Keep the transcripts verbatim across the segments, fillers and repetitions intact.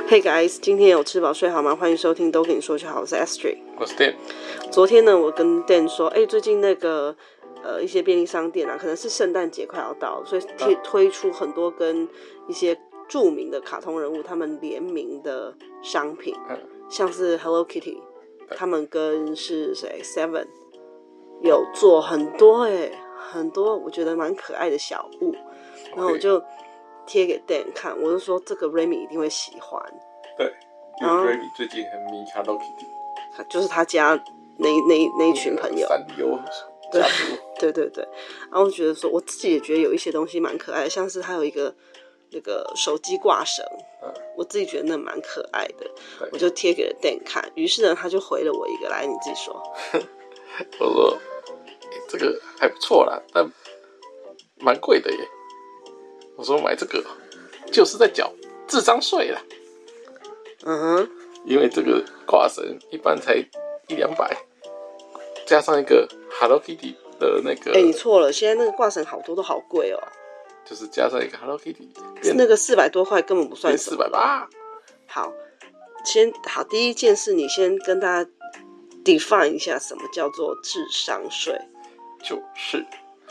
Hey guys， 今天有吃饱睡好吗？欢迎收听都跟你说就好，我是 Astrid， 我是 Dan。 昨天呢，我跟 Dan 说，哎、欸，最近那个呃一些便利商店啊，可能是圣诞节快要到了，所以推推出很多跟一些著名的卡通人物他们联名的商品，嗯、像是 Hello Kitty， 他们跟是谁 Seven 有做很多哎、欸、很多我觉得蛮可爱的小物，然后我就贴给 Dan 看，我就说这个 Remy 一定会喜欢。 对，因为 Remy 最近很迷 Hello Kitty， 就是他家那那那一群朋友， 三优家族。 对对对，然后我觉得说，我自己也觉得有一些东西蛮可爱的，像是他有一个那个手机挂绳，嗯，我自己觉得那蛮可爱的，我就贴给了 Dan 看，于是呢，他就回了我一个，来你自己说。 我说、欸、这个还不错啦，但蛮贵的耶。我说买这个就是在缴智商税啦。 嗯哼， 因为这个挂绳一般才一两百，加上一个 Hello Kitty 的那个， 哎、欸，你错了，现在那个挂绳好多都好贵哦。 就是加上一个 Hello Kitty， 那个四百多块根本不算什么。 四百八。 好，先好，第一件事你先跟大家 define 一下什么叫做智商税。 就是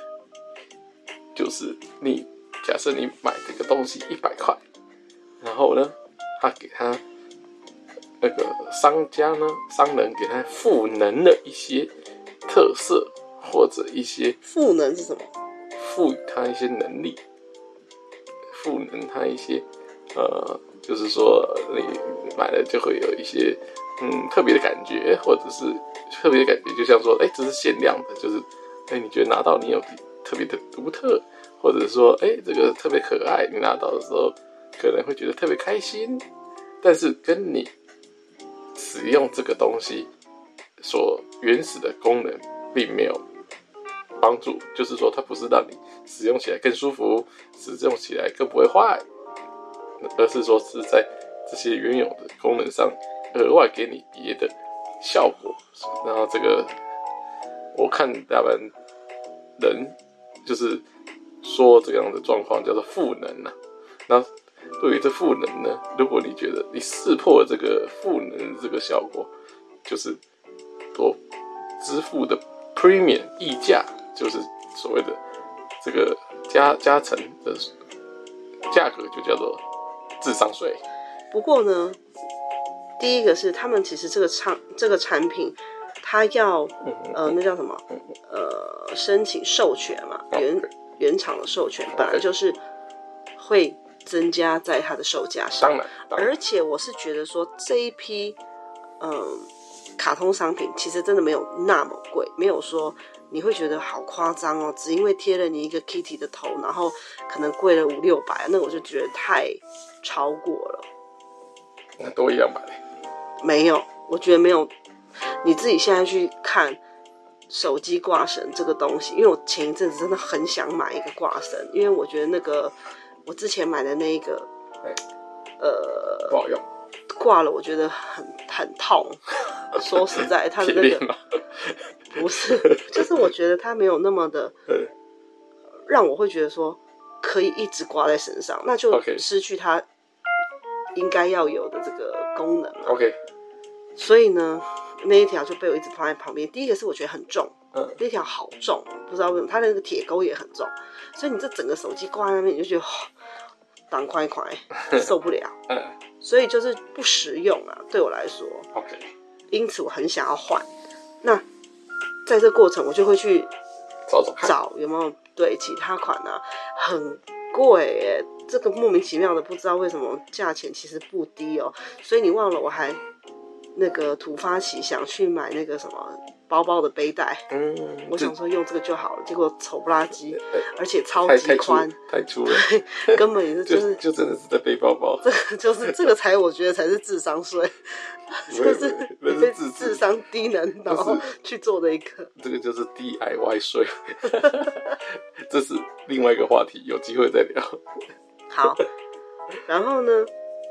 就是你假设你买这个东西一百块，然后呢，他给他。那个商家呢，商人给他赋能了一些特色，或者一些赋能是什么？ 赋予他一些能力，赋能他一些，呃，就是说你买了就会有一些嗯特别的感觉，或者是特别的感觉，就像说，哎、欸，这是限量的，就是哎、欸，你觉得拿到你有特别的独特，或者说，哎、欸，这个特别可爱，你拿到的时候可能会觉得特别开心，但是跟你使用这个东西所原始的功能并没有帮助，就是说它不是让你使用起来更舒服，使用起来更不会坏，而是说是在这些原有的功能上额外给你别的效果。然后这个我看他们人就是说这样的状况叫做赋能啊。然后对于这赋能呢，如果你觉得你识破了这个赋能这个效果，就是所支付的 premium 溢价，就是所谓的这个加加成的价格，就叫做智商税。 不过呢，第一个是他们其实这个产这个产品，它要呃那叫什么呃申请授权嘛，原原厂的授权本来就是会增加在它的售价上， 当然，当然， 而且我是觉得说这一批，嗯，卡通商品其实真的没有那么贵，没有说你会觉得好夸张哦，只因为贴了你一个 Kitty 的头，然后可能贵了五六百，那我就觉得太超过了。 那多一两百？ 没有，我觉得没有。你自己现在去看手机挂绳这个东西，因为我前一阵子真的很想买一个挂绳，因为我觉得那个。我之前买的那一个，呃， 不好用， 挂了我觉得很很痛。说实在，它的那个不是，就是我觉得它没有那么的，让我会觉得说可以一直挂在身上，那就失去它应该要有的这个功能嘛。 OK， 所以呢，那一条就被我一直放在旁边。第一个是我觉得很重。嗯，那条好重，不知道为什么，它的那个铁钩也很重，所以你这整个手机挂在那边，你就觉得挡快快，受不了。嗯，所以就是不实用啊，对我来说。 OK， 因此我很想要换。那在这过程，我就会去找找看， 找有没有对其他款啊，很贵耶，这个莫名其妙的，不知道为什么价钱其实不低哦。所以你忘了，我还那个突发奇想去买那个什么。包包的背带，嗯，我想说用这个就好了，结果丑不拉几，而且超级宽， 太粗了， 根本也是就是就, 就真的是在背包包， 这个就是这个才我觉得才是智商税，就是智智商低能，然后去做的一个， 这个就是 D I Y 税，这是另外一个话题，有机会再聊。 好，然后呢，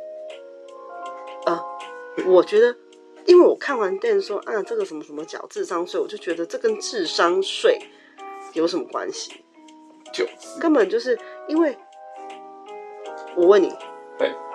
呃，我觉得。因为我看完店说啊，这个什么什么缴智商税，我就觉得这跟智商税有什么关系？ 就根本就是因为，我问你， 对，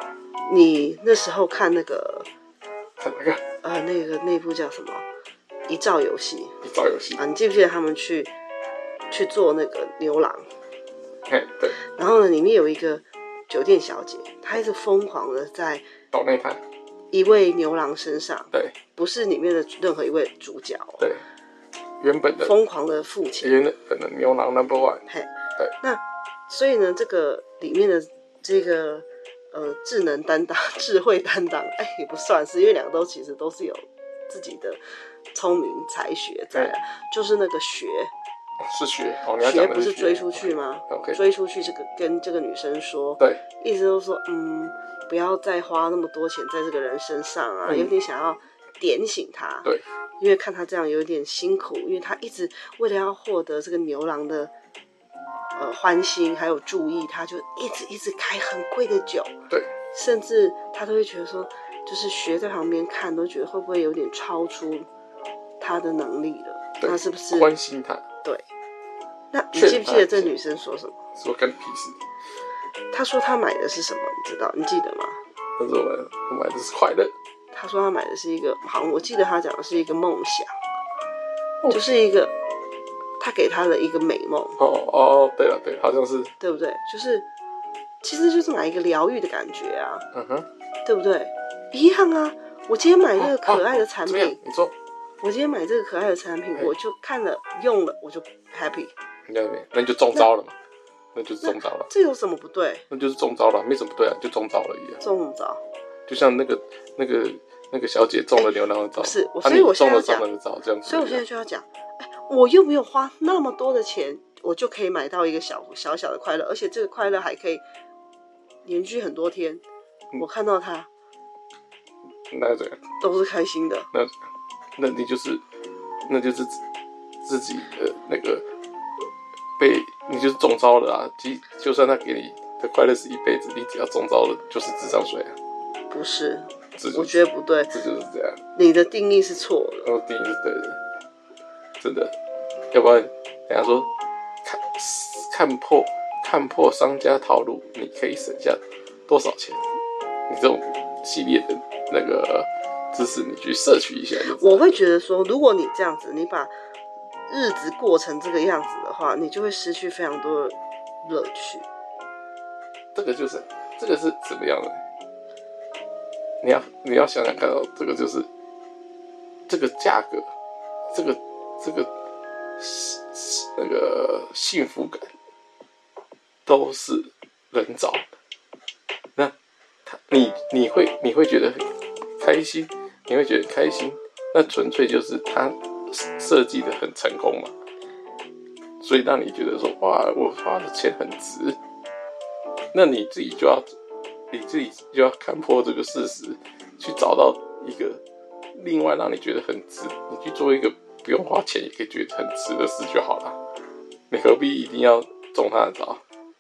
你那时候看那个， 看那个呃，那个那部叫什么？一兆游戏。 一兆游戏啊，你记不记得他们去去做那个牛郎？ 嘿，对。 然后呢，里面有一个酒店小姐，她一直疯狂的在抖内她一位牛郎身上， 对， 不是里面的任何一位主角、哦， 对，原本的疯狂的付钱， 原本的牛郎 number one， 嘿， 对， 那所以呢，这个里面的这个呃智能担当、智慧担当，哎，也不算是，因为两个都其实都是有自己的聪明才学在、啊，就是那个学。 是学哦，你要学不讲的是是追出去吗 ？OK，, 追出去这个跟这个女生说， 对， 一直都说嗯，不要再花那么多钱在这个人身上啊， 嗯、 有点想要点醒他， 对， 因为看他这样有点辛苦，因为他一直为了要获得这个牛郎的呃欢心还有注意，他就一直一直开很贵的酒， 对，甚至他都会觉得说，就是学在旁边看都觉得会不会有点超出他的能力了，那是不是关心他？ 对，那你记不记得这女生说什么？ 说干屁事。 她说她买的是什么？你知道？你记得吗？ 她说我我买的是快乐。 她说她买的是一个，好像我记得她讲的是一个梦想，哦、就是一个，她给她的一个美梦。 哦哦，对了对，好像是， 对不对？就是其实就是买一个疗愈的感觉啊， 嗯哼， 对不对？一样啊。我今天买这个可爱的产品， 哦哦、你说。 我今天买这个可爱的产品，我就看了用了，我就 happy。 那那你就中招了嘛，那就是中招了。 这有什么不对？ 那就是中招了，没什么不对啊，就中招而已啊。 中什么招？ 就像那个那个那个小姐中了牛郎的招， 不是，所以我现在要讲中了招这样子。 所以我现在就要讲，哎，我又没有花那么多的钱，我就可以买到一个小小小的快乐，而且这个快乐还可以连续很多天。嗯、我看到它， 那怎样？ 都是开心的。 那那你就是。那就是自己的那个被你就是中招了啊！即就算他给你的快乐是一辈子，你只要中招了就是智商税啊！ 不是， 就是、 我觉得不对， 这就是这样。 你的定义是错的， 我定义是对的，真的。要不然人家说看看破看破商家套路，你可以省下多少钱？你这种系列的那个。知识你去摄取一下， 我会觉得说，如果你这样子，你把日子过成这个样子的话，你就会失去非常多的乐趣。 这个就是这个是怎么样的？你要你要想想看到、哦，这个就是这个价格，这个这个那个幸福感都是人造的。那他你你会你会觉得很开心。你会觉得开心，那纯粹就是他设计的很成功嘛，所以让你觉得说哇，我花的钱很值。那你自己就要，你自己就要看破这个事实，去找到一个另外让你觉得很值，你去做一个不用花钱也可以觉得很值的事就好了。你何必一定要中他的招？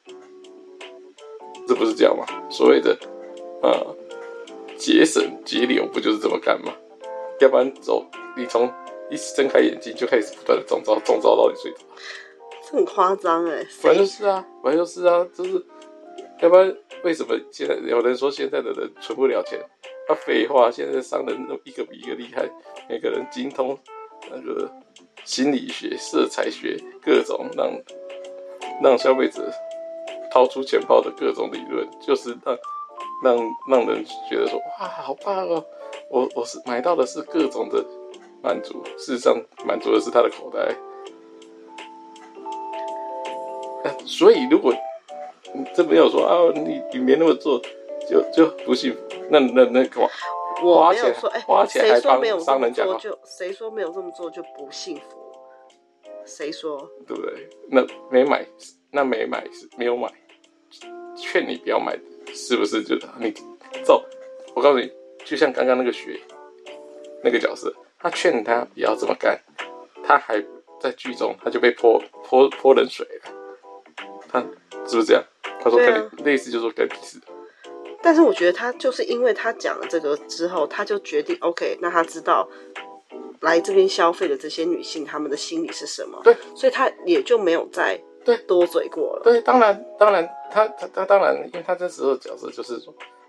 这不是这样吗？所谓的呃。节省节流不就是这么干吗？要不然走，你从一睁开眼睛就开始不断的中招，中招到你睡着， 这很夸张哎！ 本来就是啊，本来就是啊，就是要不然为什么现在有人说现在的人存不了钱？他、啊、废话，现在商人一个比一个厉害，每个人精通那个心理学、色彩学各种让让消费者掏出钱包的各种理论，就是让。让让人觉得说哇好棒哦，我我是买到的是各种的满足，事实上满足的是他的口袋。所以如果你真没有说啊，你你没那么做就就不幸福，那那那干嘛？ 我没有说，哎、欸， 花钱还帮商人讲话， 谁说没有这么做就不幸福？谁说？ 对不对？那没买，那没买是没有买，劝你不要买。是不是就你走？我告诉你，就像刚刚那个学那个角色，他劝他不要这么干，他还在剧中他就被泼泼泼冷水了。他是不是这样？他说跟你、啊、类似，就说跟你似的。 但是我觉得他就是因为他讲了这个之后，他就决定 OK， 那他知道来这边消费的这些女性她们的心理是什么， 对， 所以他也就没有再对多嘴过了。 对，当然当然他他他当然，因为他这时候的角色就是说，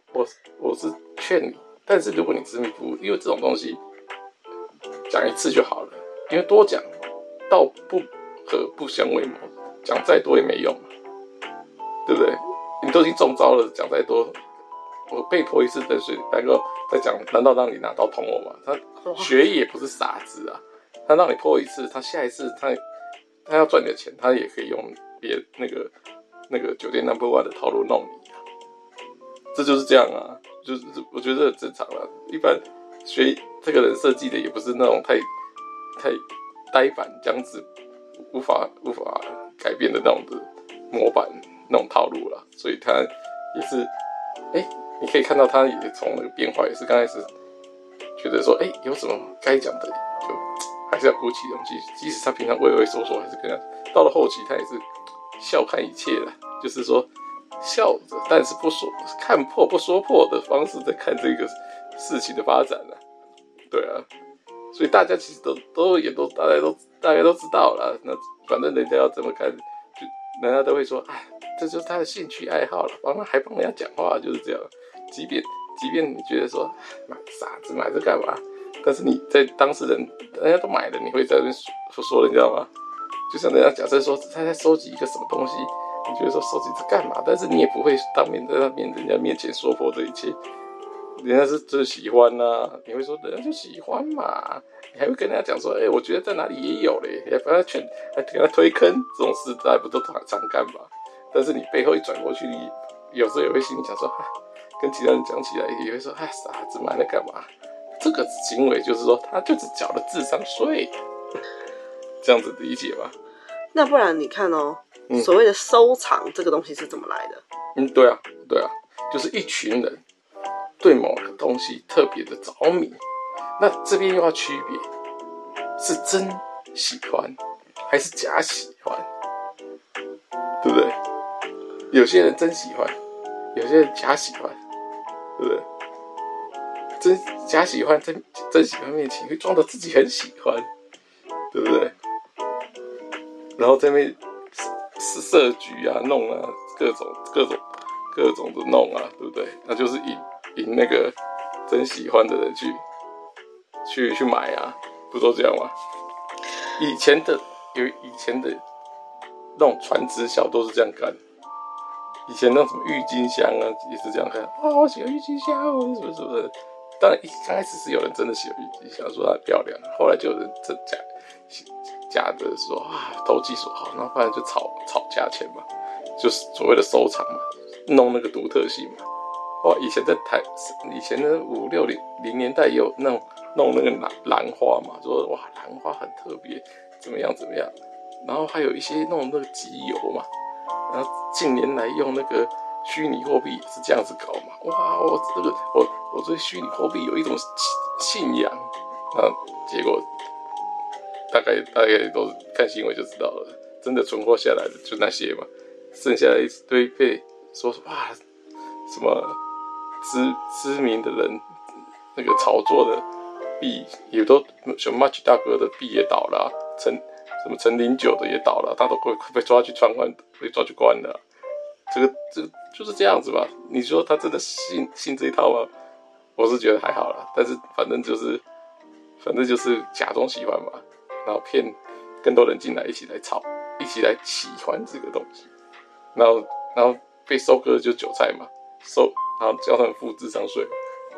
我我是劝你，但是如果你执迷不悟，因为这种东西讲一次就好了，因为多讲道不可不相为谋，讲再多也没用，对不对？你都已经中招了，讲再多，我被泼一次冷水，然后再讲，难道让你拿刀捅我吗？他学也不是傻子啊，他让你泼一次，他下一次他他要赚你的钱，他也可以用别那个那个酒店 number one 的套路弄你啊，这就是这样啊，就是我觉得很正常啦。一般学这个人设计的也不是那种太太呆板僵直，无法无法改变的那种的模板那种套路啦，所以他也是，哎、欸，你可以看到他也从那个变化，也是刚开始觉得说，哎、欸，有什么该讲的就还是要鼓起勇气，即使他平常畏畏缩缩，还是跟他到了后期，他也是笑看一切啦，就是说笑着，但是不说看破不说破的方式在看这个事情的发展啦，对啊，所以大家其实都都也都大家都大家都知道了，那反正人家要这么看，就人家都会说，哎，这就是他的兴趣爱好了，帮他还帮人家讲话，就是这样。即便即便你觉得说买傻子买这干嘛，但是你在当事人人家都买了，你会在那边说说人家吗？就像人家假设说他在收集一个什么东西，你觉得说收集这干嘛？但是你也不会当面在那边人家面前说破这一切。人家是真喜欢啊，你会说人家就喜欢嘛，你还会跟人家讲说，哎、欸，我觉得在哪里也有嘞，还帮他劝，还给他推坑，这种事大家不都常常干嘛？但是你背后一转过去，你有时候也会心里想说，跟其他人讲起来也会说，哎，傻子买那干嘛？这个行为就是说，他就只缴了智商税，这样子理解吧？ 那不然你看哦，嗯、所谓的收藏这个东西是怎么来的？ 嗯，对啊，对啊，就是一群人对某个东西特别的着迷，那这边又要区别，是真喜欢还是假喜欢，对不对？有些人真喜欢，有些人假喜欢，对不对？真假喜欢真真喜欢面前会装的自己很喜欢，对不对？然后在那边设局啊、弄啊，各种各种各种的弄啊，对不对？那就是引引那个真喜欢的人去去去买啊，不都这样吗？以前的有以前的那种传直销都是这样干。以前那种什么郁金香啊，也是这样看啊、哦，我喜欢郁金香，什么什么的。当然，一刚开始是有人真的喜欢郁金香，说它很漂亮，后来就有人真假假的说啊，投机说好，然后后来就炒炒价钱嘛，就是所谓的收藏嘛，弄那个独特性嘛。哇，以前在台，以前的五六零零年代也有那种弄那个兰兰花嘛，说哇兰花很特别，怎么样怎么样，然后还有一些弄那个集邮嘛。然后近年来用那个虚拟货币也是这样子搞嘛，哇，我这个我我对虚拟货币有一种信仰，那结果大概大概都看新闻就知道了，真的存活下来的就那些嘛，剩下的一堆被说哇什么知知名的人那个炒作的币也都什么 Much 大哥的币也倒了、啊，陈什么陈零九的也倒了，他都会被抓去传唤，被抓去关了、啊。这个这个就是这样子吧？你说他真的信信这一套吗？我是觉得还好啦，但是反正就是反正就是假装喜欢嘛，然后骗更多人进来一起来炒，一起来喜欢这个东西，然后然后被收割的就是韭菜嘛，收然后叫他们付智商税。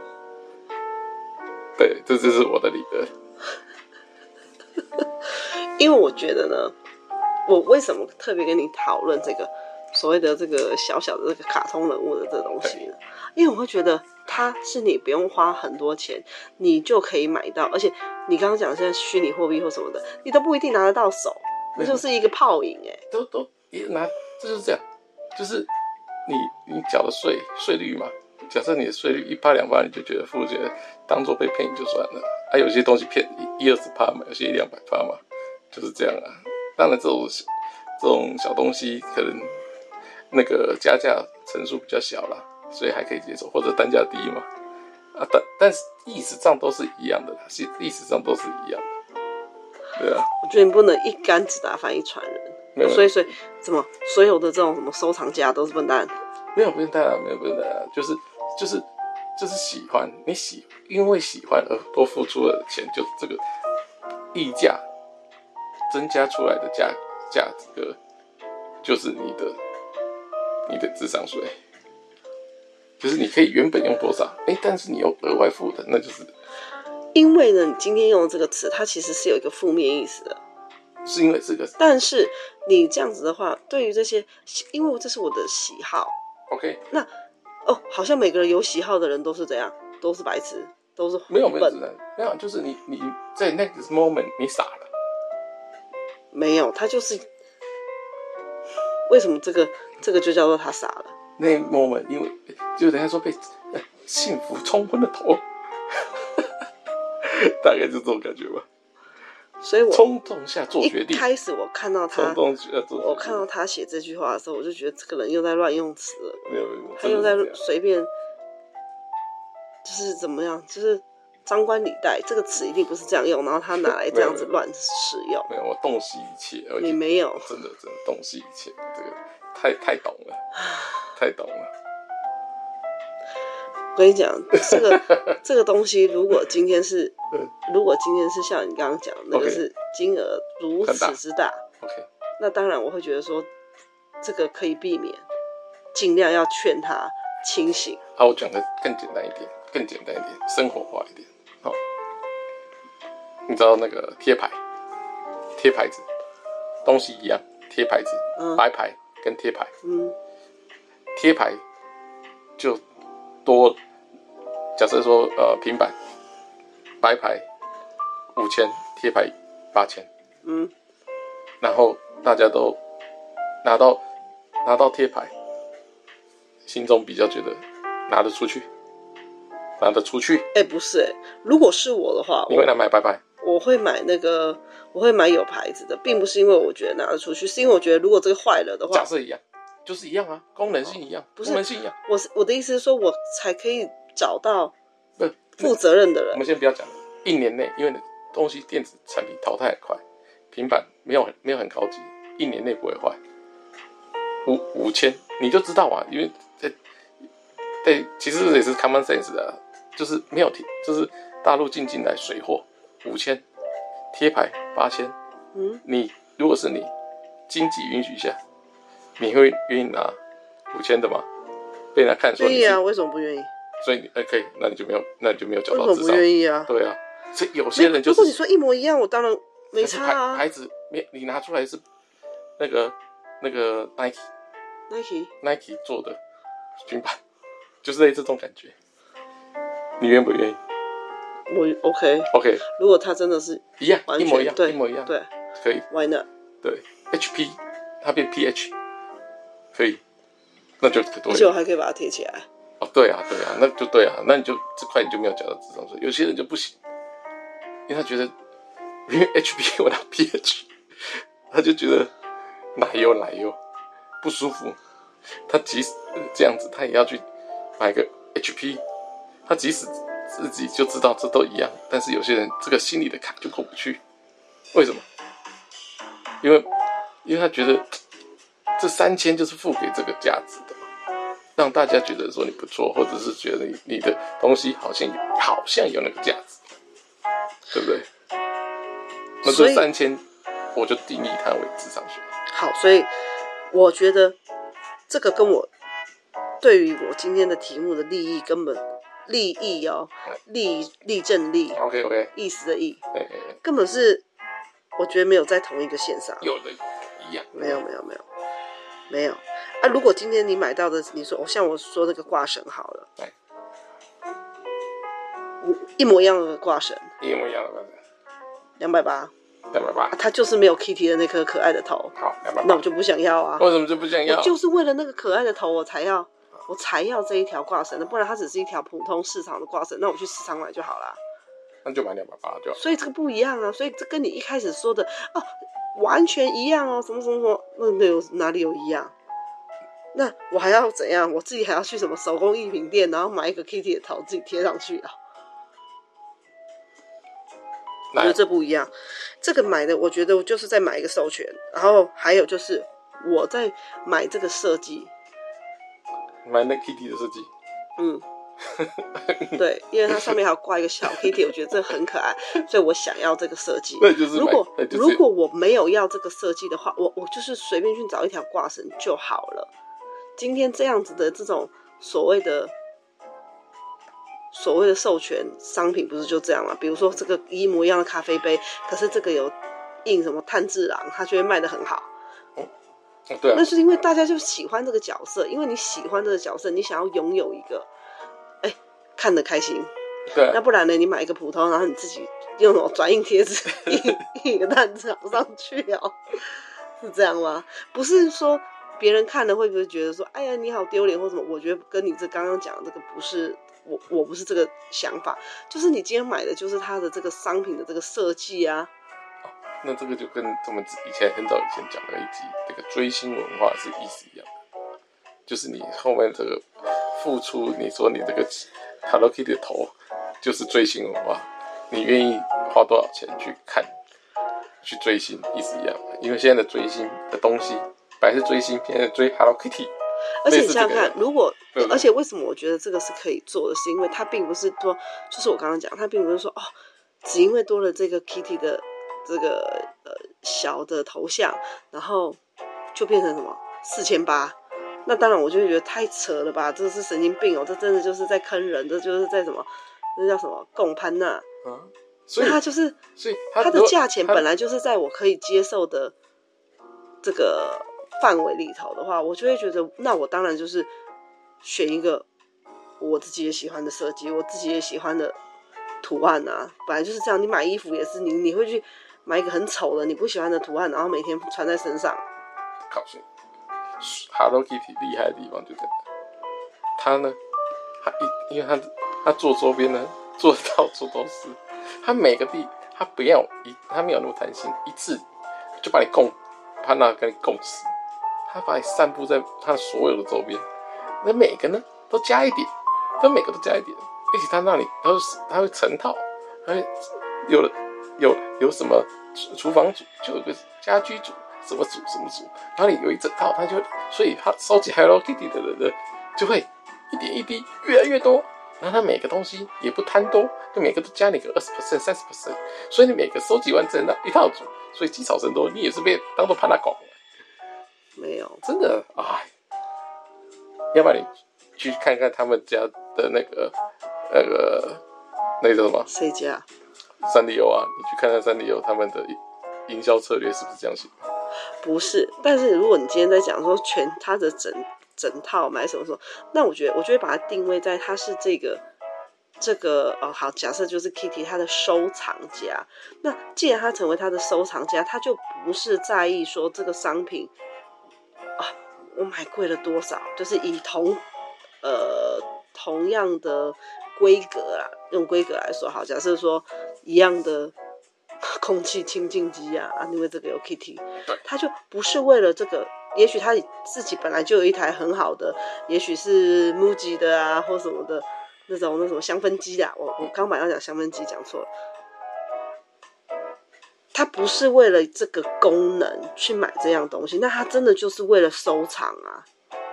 对，这就是我的理论。 因为我觉得呢，我为什么特别跟你讨论这个所谓的这个小小的这个卡通人物的这个东西呢？因为我会觉得它是你不用花很多钱，你就可以买到，而且你刚刚讲现在虚拟货币或什么的，你都不一定拿得到手，那就是一个泡影哎、欸， 都都也拿，这就是这样，就是你你缴的税税率嘛。假设你的税率一趴两趴，你就觉得付觉得当做被骗就算了。啊，有些东西骗一二十趴嘛，有些一两百趴嘛，就是这样啊。当然这种这种小东西可能那个加价层数比较小啦，所以还可以接受，或者单价低嘛。啊，但但是意识上都是一样的啦，意识上都是一样的。对啊， 我觉得你不能一竿子打翻一船人。所以所以怎么所有的这种什么收藏家都是笨蛋？ 没有笨蛋啊，没有笨蛋啊，就是。 就是就是喜欢，你喜因为喜欢而多付出的钱，就这个溢价增加出来的价价格，就是你的你的智商税。就是你可以原本用多少，哎，但是你又额外付的，那就是因为呢，你今天用的这个词，它其实是有一个负面意思的， 是因为这个。 但是你这样子的话，对于这些，因为这是我的喜好 ，OK， 那哦，好像每个人有喜好的人都是怎样，都是白痴，都是没有没有笨， 没有，就是你你在那个 moment 你傻了， 没有，他就是为什么这个这个就叫做他傻了？ 那 moment 因为就人家说被、呃、幸福冲昏了头，大概就这种感觉吧。 所以我冲动下做决定。 一开始我看到他， 冲动下做决定， 我看到他写这句话的时候，我就觉得这个人又在乱用词了。 没有没有， 他又在随便，就是怎么样，就是张冠李戴这个词一定不是这样用，然后他拿来这样子乱使用。 没有，我洞悉一切。 你没有， 真的真的洞悉一切，这个太太懂了，太懂了。 我跟你讲，这个这个东西，如果今天是，如果今天是像你刚刚讲那个是金额如此之大 ，OK， 那当然我会觉得说，这个可以避免，尽量要劝他清醒。 好，我讲的更简单一点，更简单一点，生活化一点。好，你知道那个贴牌，贴牌子，东西一样，贴牌子，嗯、白牌跟贴牌，嗯，贴牌就多。假设说，呃，平板白牌五千，贴牌八千，嗯，然后大家都拿到拿到贴牌，心中比较觉得拿得出去，拿得出去。 哎、欸，不是哎、欸，如果是我的话， 你会拿买白牌？ 我会买那个，我会买有牌子的，并不是因为我觉得拿得出去，是因为我觉得如果这个坏了的话， 假设一样，就是一样啊，功能性一样， 不是功能性一样。 我是我的意思是说，我才可以找到负责任的人。 我们先不要讲，一年内，因为东西电子产品淘汰很快，平板没有没有很高级，一年内不会坏。五五千你就知道啊，因为在对，其实也是 common sense 的、啊，就是没有就是大陆进进来水货五千，贴牌八千，嗯，你如果是你经济允许下，你会愿意拿五千的吗？被人家看说你是， 愿意啊，为什么不愿意？ 所以你 OK， 那你就没有，那你就没有缴到智商。 为什么不愿意啊？ 对啊，所以有些人就是， 如果你说一模一样，我当然没差啊。 牌子你拿出来是那个那个 Nike Nike Nike 做的平板，就是类似这种感觉。你愿不愿意？ 我 OK OK， 如果他真的是一样，一模一样，一模一样， 对， 可以。 Why not？ 对 ，H P 它变 P H， 可以，那就可多。 而且我还可以把它贴起来。 哦，对啊，对啊，那就对啊，那你就这块你就没有缴到智商税。有些人就不行，因为他觉得，因为 H P 我拿 P H， 他就觉得奶油奶油不舒服。他即使这样子，他也要去买个 H P。他即使自己就知道这都一样，但是有些人这个心里的坎就过不去。为什么？因为因为他觉得这三千就是付给这个价值的。让大家觉得说你不错，或者是觉得 你, 你的东西好像好像有那个价值，对不对？那这三千，我就定义它为智商税。 好，所以我觉得这个跟我对于我今天的题目的利益根本利益哦，利利正利 ，OK OK， 意思的意， 欸欸欸根本是我觉得没有在同一个线上。 有的一样， 没有没有没有没有。啊，如果今天你买到的，你说像我说那个挂绳好了，一模一样的挂绳， 一模一样的挂绳， 两百八， 两百八， 它就是没有 Kitty 的那颗可爱的头， 好，两百八， 那我就不想要啊。 为什么就不想要？ 我就是为了那个可爱的头，我才要，我才要这一条挂绳的，不然它只是一条普通市场的挂绳，那我去市场买就好啦。 那就买两百八就好。 所以这个不一样啊，所以这跟你一开始说的哦，完全一样哦，什么什么什么，那那有哪里有一样？那我还要怎样？我自己还要去什么手工艺品店，然后买一个 Kitty 的头自己贴上去啊？我觉得这不一样。这个买的，我觉得我就是在买一个授权，然后还有就是我在买这个设计， 买那 Kitty 的设计， 嗯， 对，因为它上面还要挂一个小 Kitty， 我觉得这很可爱，所以我想要这个设计。 对，就是如果、 就是、 如果我没有要这个设计的话，我我就是随便去找一条挂绳就好了。今天这样子的这种所谓的所谓的授权商品不是就这样吗？比如说这个一模一样的咖啡杯，可是这个有印什么炭治郎，它就会卖得很好。 哦哦、对啊， 那是因为大家就喜欢这个角色，因为你喜欢这个角色，你想要拥有一个，哎，看得开心。 对、啊， 那不然呢？你买一个普通，然后你自己用什么转印贴纸印印一个炭治郎上去哦，是这样吗？不是说别人看了会不会觉得说，哎呀你好丢脸或什么？我觉得跟你这刚刚讲的这个不是我，我不是这个想法，就是你今天买的就是它的这个商品的这个设计啊。 那这个就跟我们以前很早以前讲的一集这个追星文化是意思一样的，就是你后面这个付出，你说你这个 Hello Kitty 的头就是追星文化，你愿意花多少钱去看去追星，意思一样的。因为现在的追星的东西本来是追星，现在追 Hello Kitty。 而且你想想看，如果对对， 而且为什么我觉得这个是可以做的，是因为它并不是说，就是我刚刚讲，它并不是说哦，只因为多了这个 Kitty 的这个呃小的头像，然后就变成什么四千八，那当然我就会觉得太扯了吧，这是神经病哦，这真的就是在坑人，这就是在什么，那叫什么共攀呐？ 嗯，所以那它就是， 所以它它的价钱本来就是在我可以接受的这个范围里头的话，我就会觉得，那我当然就是选一个我自己也喜欢的设计，我自己也喜欢的图案啊，本来就是这样。你买衣服也是，你你会去买一个很丑的你不喜欢的图案，然后每天穿在身上。 告诉你 ，Hello Kitty 厉害的地方就在它呢，它一因为它它做周边呢，做得到处都是，它每个地它不要一，它没有那么贪心，一次就把你供，把那跟你供死，它把你散布在它所有的周边，那每个呢都加一点，它每个都加一点。而且它那里，它会它会成套，它会有了有有什么厨房组，就有个家居组，什么组什么组，哪里有一整套，它就所以它收集 Hello Kitty 的人呢，就会一点一滴越来越多。然后它每个东西也不贪多，就每个都加你个 百分之二十、百分之三十， 所以你每个收集完整的一套组，所以积少成多，你也是被当做潘大狗。 没有， 真的哎，要不然你去看看他们家的那个。那个那个叫什么？ 谁家？ 三丽鸥啊，你去看看三丽鸥他们的营销策略是不是这样写？ 不是，但是如果你今天在讲说全它的整整套买什么什么，那我觉得我就会把它定位在它是这个这个哦好，假设就是 Kitty 它的收藏家。那既然它成为它的收藏家，它就不是在意说这个商品啊我买贵了多少，就是以同呃同样的规格啦，用规格来说好，假设说一样的空气清净机啊，啊，因为这个有 Kitty， 他就不是为了这个，也许他自己本来就有一台很好的，也许是 Muji 的啊，或什么的那种那什么香氛机啊，我我刚本来要讲香氛机，讲错了。他不是为了这个功能去买这样东西，那他真的就是为了收藏啊。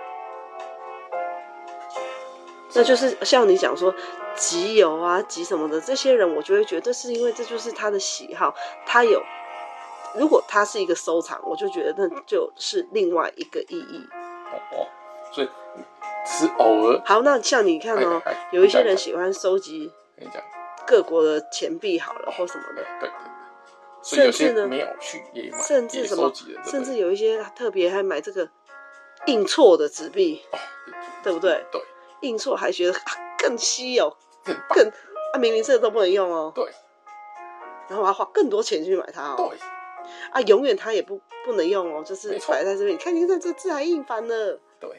那就是像你讲说集邮啊集什么的这些人，我就会觉得是因为这就是他的喜好，他有如果他是一个收藏，我就觉得那就是另外一个意义。 哦，所以只是偶尔。 好，那像你看哦，哎哎有一些人喜欢收集各国的钱币好了或什么的， 对对对，甚至呢没有去也买， 甚至什么，甚至有一些特别还买这个印错的纸币，哦，对不对？ 对。 印错还觉得、啊、更稀有，更啊明明这个都不能用哦。 对。 然后我要花更多钱去买它哦。 对。 啊，永远它也不不能用哦，就是摆在这边。你看，你看这字还印反了。 对。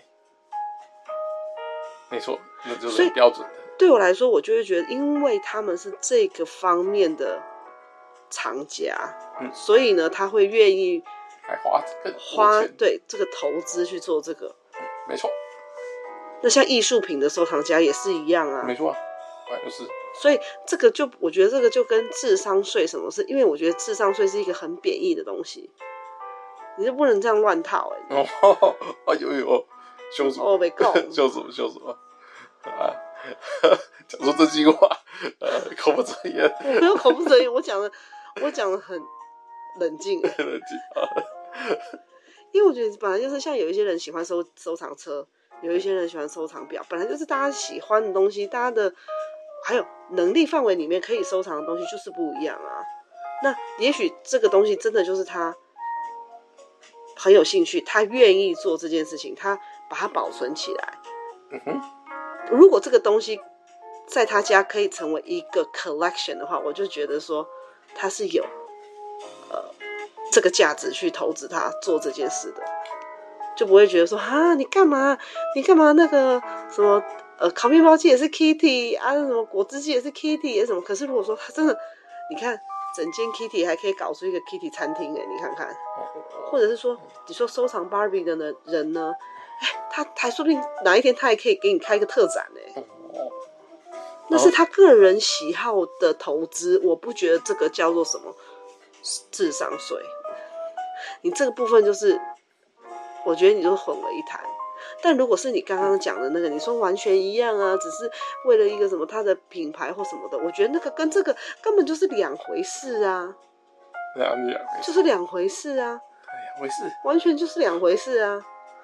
没错，那就是标准的。 对我来说，我就会觉得，因为他们是这个方面的厂家，嗯，所以呢，他会愿意还花更花对这个投资去做这个。 没错。 那像艺术品的收藏家也是一样啊， 没错，反正就是。所以这个就，我觉得这个就跟智商税什么事，因为我觉得智商税是一个很贬义的东西，你就不能这样乱套哎、欸。 哦，哎呦呦，凶什么？ 哦，没够， 凶什么？凶什么？啊， 讲出这句话，呃，口不择言。 我没有口不择言，我讲的我讲的很冷静， 冷静啊。 因为我觉得本来就是像有一些人喜欢收收藏车，有一些人喜欢收藏表，本来就是大家喜欢的东西，大家的还有能力范围里面可以收藏的东西就是不一样啊。那也许这个东西真的就是他很有兴趣，他愿意做这件事情，他把它保存起来。 嗯哼， 如果这个东西在他家可以成为一个 collection 的话，我就觉得说他是有呃这个价值去投资他做这件事的，就不会觉得说啊你干嘛你干嘛那个什么呃烤面包机也是 Kitty 啊，什么果汁机也是 Kitty 也是什么。可是如果说他真的，你看整间 Kitty 还可以搞出一个 Kitty 餐厅哎，你看看，或者是说你说收藏 Barbie 的呢人呢，哎，他还说不定哪一天他还可以给你开一个特展哎。那是他个人喜好的投资，我不觉得这个叫做什么智商税。你这个部分就是，我觉得你就是混为一谈。但如果是你刚刚讲的那个，你说完全一样啊，只是为了一个什么他的品牌或什么的，我觉得那个跟这个根本就是两回事啊。 两两回事， 就是两回事啊。 两回事， 完全就是两回事啊。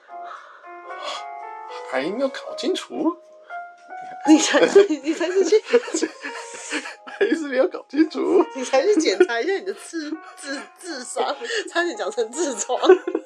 还没有搞清楚。 你才是你才是去， 还是没有搞清楚。 你才去检查一下你的智智智商，差点讲成痔疮。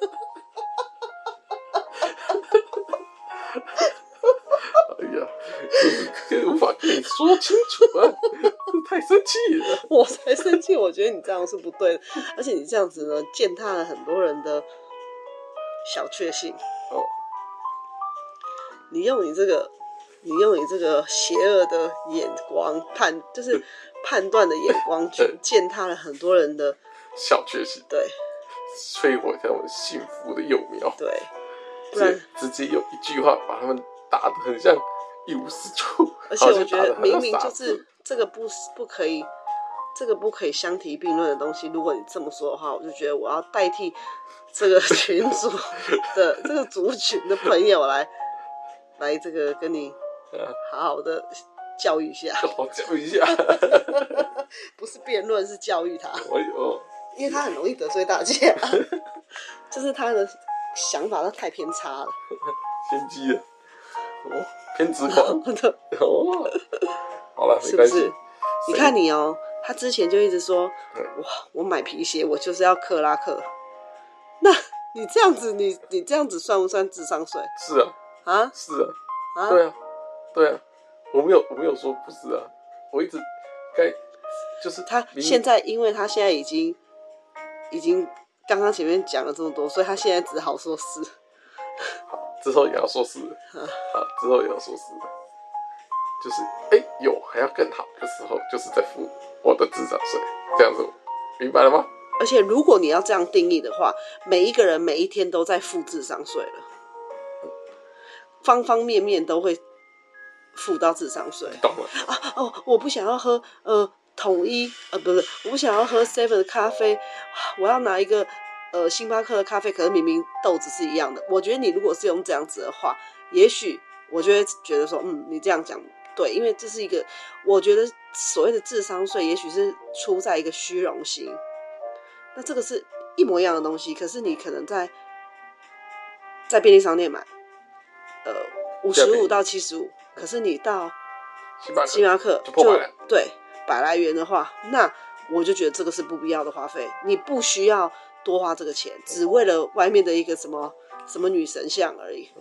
哎呀，就是无法跟你说清楚啊，太生气了。 我才生气，我觉得你这样是不对的，而且你这样子呢，践踏了很多人的小确幸。 哦， 你用你这个。你用你这个邪恶的眼光判，就是判断的眼光，去践踏了很多人的小确幸， 对， 摧毁他们幸福的幼苗， 对，不然直接用一句话把他们打得很像一无是处。 而且我觉得明明就是这个不不可以，这个不可以相提并论的东西。如果你这么说的话，我就觉得我要代替这个群组的这个族群的朋友来来这个跟你。好好的教育一下， 好教育一下， 不是辩论，是教育他。 哎呦， 因为他很容易得罪大家，就是他的想法都太偏差了， 偏激了，哦，偏执狂，哦，好了， 是不是？你看你哦，他之前就一直说，哇，我买皮鞋，我就是要克拉克。那你这样子，你你这样子算不算智商税？ 是啊， 啊， 是啊，啊，对啊。对啊，我没有，我没有说不是啊，我一直该就是他现在，因为他现在已经已经刚刚前面讲了这么多，所以他现在只好说是。 好，之后也要说是，好，之后也要说是，就是哎、欸、有还要更好的时候，就是在付我的智商税，这样子，明白了吗？ 而且如果你要这样定义的话，每一个人每一天都在付智商税了，方方面面都会。付到智商税啊！哦，我不想要喝呃统一呃，不是，我不想要喝 seven 的咖啡，我要拿一个呃星巴克的咖啡，可是明明豆子是一样的。我觉得你如果是用这样子的话，也许我就会觉得说，嗯，你这样讲对，因为这是一个，我觉得所谓的智商税，也许是出在一个虚荣心。那这个是一模一样的东西，可是你可能在在便利商店买，呃，五十五到七十五。可是你到星巴克就对百来元的话，那我就觉得这个是不必要的花费。你不需要多花这个钱，只为了外面的一个什么什么女神像而已。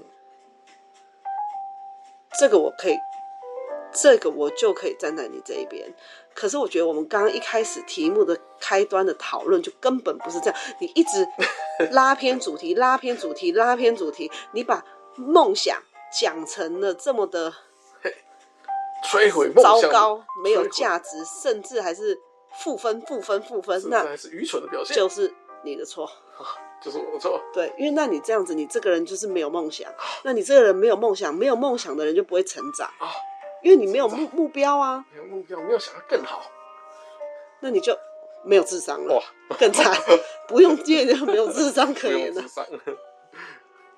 这个我可以，这个我就可以站在你这一边。可是我觉得我们刚刚一开始题目的开端的讨论就根本不是这样，你一直拉偏主题，拉偏主题，拉偏主题，你把梦想讲成了这么的。 摧毁梦想， 糟糕，没有价值，甚至还是负分、负分、负分，那还是愚蠢的表现， 就是你的错， 就是我的错。 对，因为那你这样子，你这个人就是没有梦想，那你这个人没有梦想，没有梦想的人就不会成长啊，因为你没有目目标啊， 没有目标，没有想要更好， 那你就没有智商了，哇，更惨，不用借就没有智商可言了。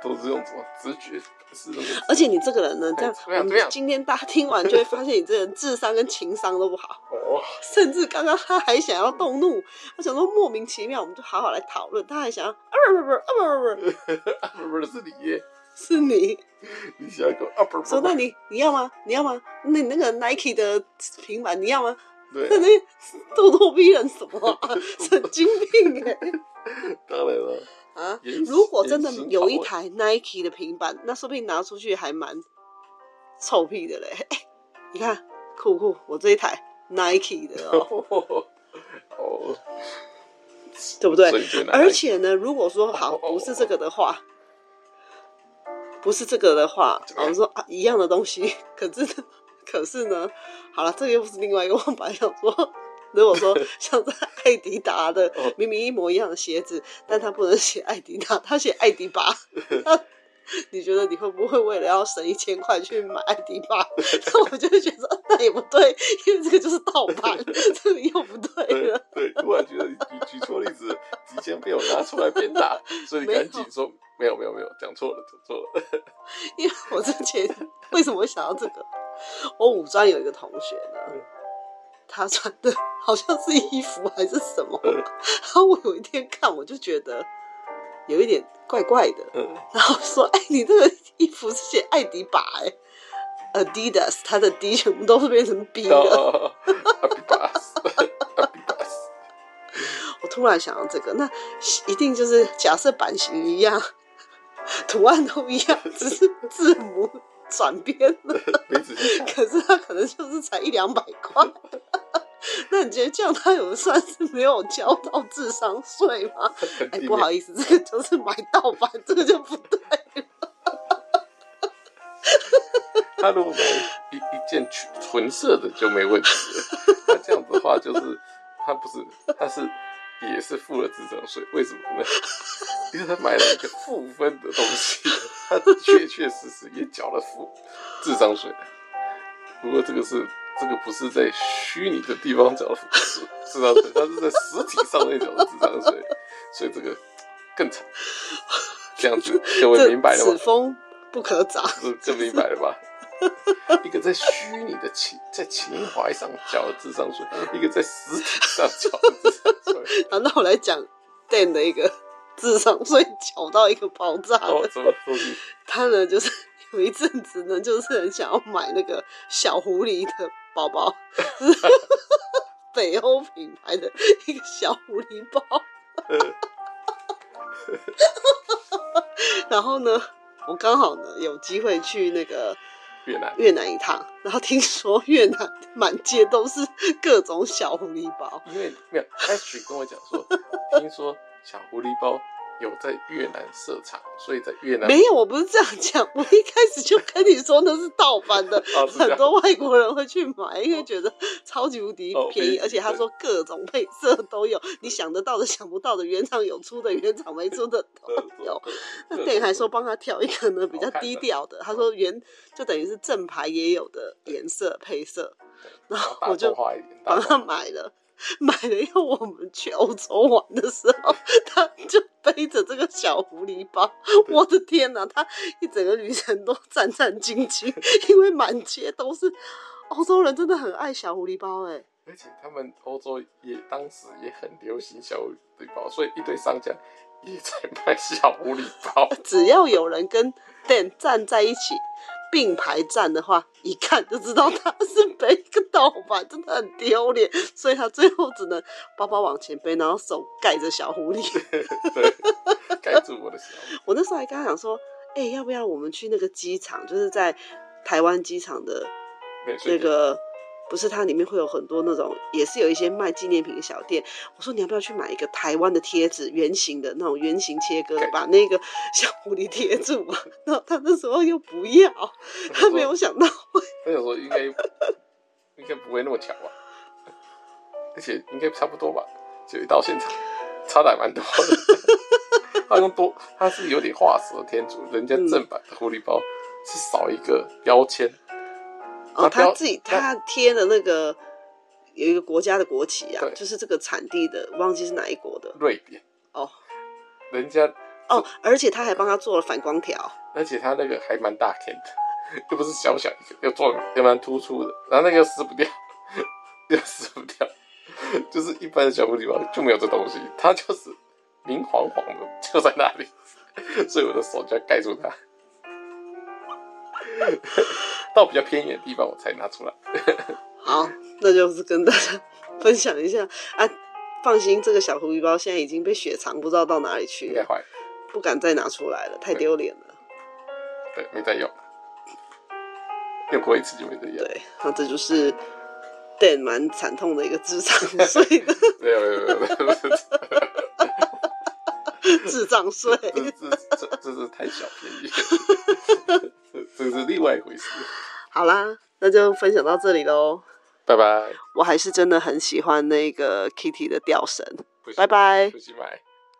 都是用什么直觉，是那个。 而且你这个人呢，这样我们怎么样怎么样？ 今天大家听完就会发现，你这个人智商跟情商都不好。 哦， 甚至刚刚他还想要动怒，他想说莫名其妙，我们就好好来讨论。他还想要啊不不不啊不不不啊不不是你耶， 是你。 你想要啊不不说那你你要吗？你要吗？那你那个 Nike 的平板你要吗？ 对、啊， 那那咄咄逼人什么、啊？神经病哎、欸！ 当然了啊，如果真的有一台 Nike 的平板，那说不定拿出去还蛮臭屁的嘞。欸、你看酷酷，我这一台 Nike 的哦， 哦， 对不对？而且呢，如果说好不是这个的话，不是这个的话，我们说啊一样的东西，可是可是呢，好了，这个又不是另外一个。我本来想说，如果说像在艾迪达的明明一模一样的鞋子，但他不能写艾迪达，他写艾迪巴。你觉得你会不会为了要省一千块去买艾迪巴？那我就会觉得那也不对，因为这个就是盗版，这个又不对了。 对，对突然觉得你举错例子，即将被我拿出来鞭打，所以你赶紧说没有没有没有，讲错了讲错了。 因为我之前为什么会想到这个？我五专有一个同学呢，嗯、他穿的好像是衣服还是什么，嗯、然后我有一天看，我就觉得有一点怪怪的，嗯、然后说：“哎、欸，你这个衣服是写艾迪巴哎、欸、，Adidas， 它的 D 全部都是变成 B 的。哦”我突然想到这个，那一定就是假设版型一样，图案都一样，只是字母转变了，可是他可能就是才一两百块。那你觉得这样他有算是没有交到智商税吗？哎、欸，不好意思，这个就是买盗版，这个就不对了。 他如果买一一件纯色的就没问题了。他这样子的话，就是他不是，他是也是付了智商税，为什么呢？因为他买了一个负分的东西，他确确实实也缴了负智商税。不过这个是这个不是在虚拟的地方缴的智商税，他是在实体上面缴的智商税，所以这个更惨。这样子各位明白了吗？ 此风不可长， 这明白了吧？一个在虚拟的情在情怀上缴的智商税，一个在实体上缴的智商税。 好，那我来讲 Dan 的一个智商税缴到一个爆炸的。 哦，什么东西？ 他呢，就是有一阵子呢，就是很想要买那个小狐狸的包包，就是北欧品牌的一个小狐狸包。然后呢，我刚好呢有机会去那个越南越南一趟，然后听说越南满街都是各种小狐狸包。 因为没有 Ashley 跟我讲说，听说小狐狸包有在越南设厂，所以在越南没有，我不是这样讲，我一开始就跟你说那是盗版的， 哦、 很多外国人会去买，因为觉得超级无敌便宜， 哦、 而且他说各种配色都有，你想得到的、想不到的，原厂有出的、原厂没出的都有。那店员还说帮他挑一个呢比较低调的，他说原就等于是正牌也有的颜色配色，然后我就帮他买了。买了以后，我们去欧洲玩的时候，他就背着这个小狐狸包，我的天哪！他一整个旅程都战战兢兢，因为满街都是欧洲人，真的很爱小狐狸包哎、欸。 而且他们欧洲也当时也很流行小狐狸包，所以一堆商家也在卖小狐狸包。 只要有人跟 Dan 站在一起。并排站的话，一看就知道他是背一个盗版，真的很丢脸。所以他最后只能包包往前背，然后手盖着小狐狸， 对，盖住我的小狐狸。 我那时候还跟他讲说，哎、欸，要不要我们去那个机场，就是在台湾机场的那个。不是，它里面会有很多那种，也是有一些卖纪念品的小店。我说你要不要去买一个台湾的贴纸，圆形的那种圆形切割，把那个小狐狸贴住啊？然后他那时候又不要，他没有想到会。 我想说应该应该不会那么巧吧，而且应该差不多吧。就一到现场，差的还蛮多的。他用多，他是有点画蛇添足，人家正版的狐狸包是少一个标签。 哦，他自己他贴的那个有一个国家的国旗啊，就是这个产地的，忘记是哪一国的。 瑞典。 哦， 人家哦，而且他还帮他做了反光条， 而且他那个还蛮大片的，又不是小小一个，又做又蛮突出的，然后那个又撕不掉，又撕不掉，就是一般的小狐狸包就没有这东西，它就是明晃晃的就在那里，所以我的手就要盖住它，到比较偏远的地方我才拿出来。 好，那就是跟大家分享一下啊。放心，这个小狐狸包现在已经被雪藏，不知道到哪里去了， 应该坏了， 不敢再拿出来了，太丢脸了。 对，没再用，用过一次就没再用。 对，那这就是 Dan 蛮惨痛的一个智障税的， 没有没有没有没有， 智障税， 这这这这是太小便宜了，这是另外一回事。 好啦，那就分享到这里喽。 拜拜。 我还是真的很喜欢那个 Kitty 的吊绳。拜拜。 不许买。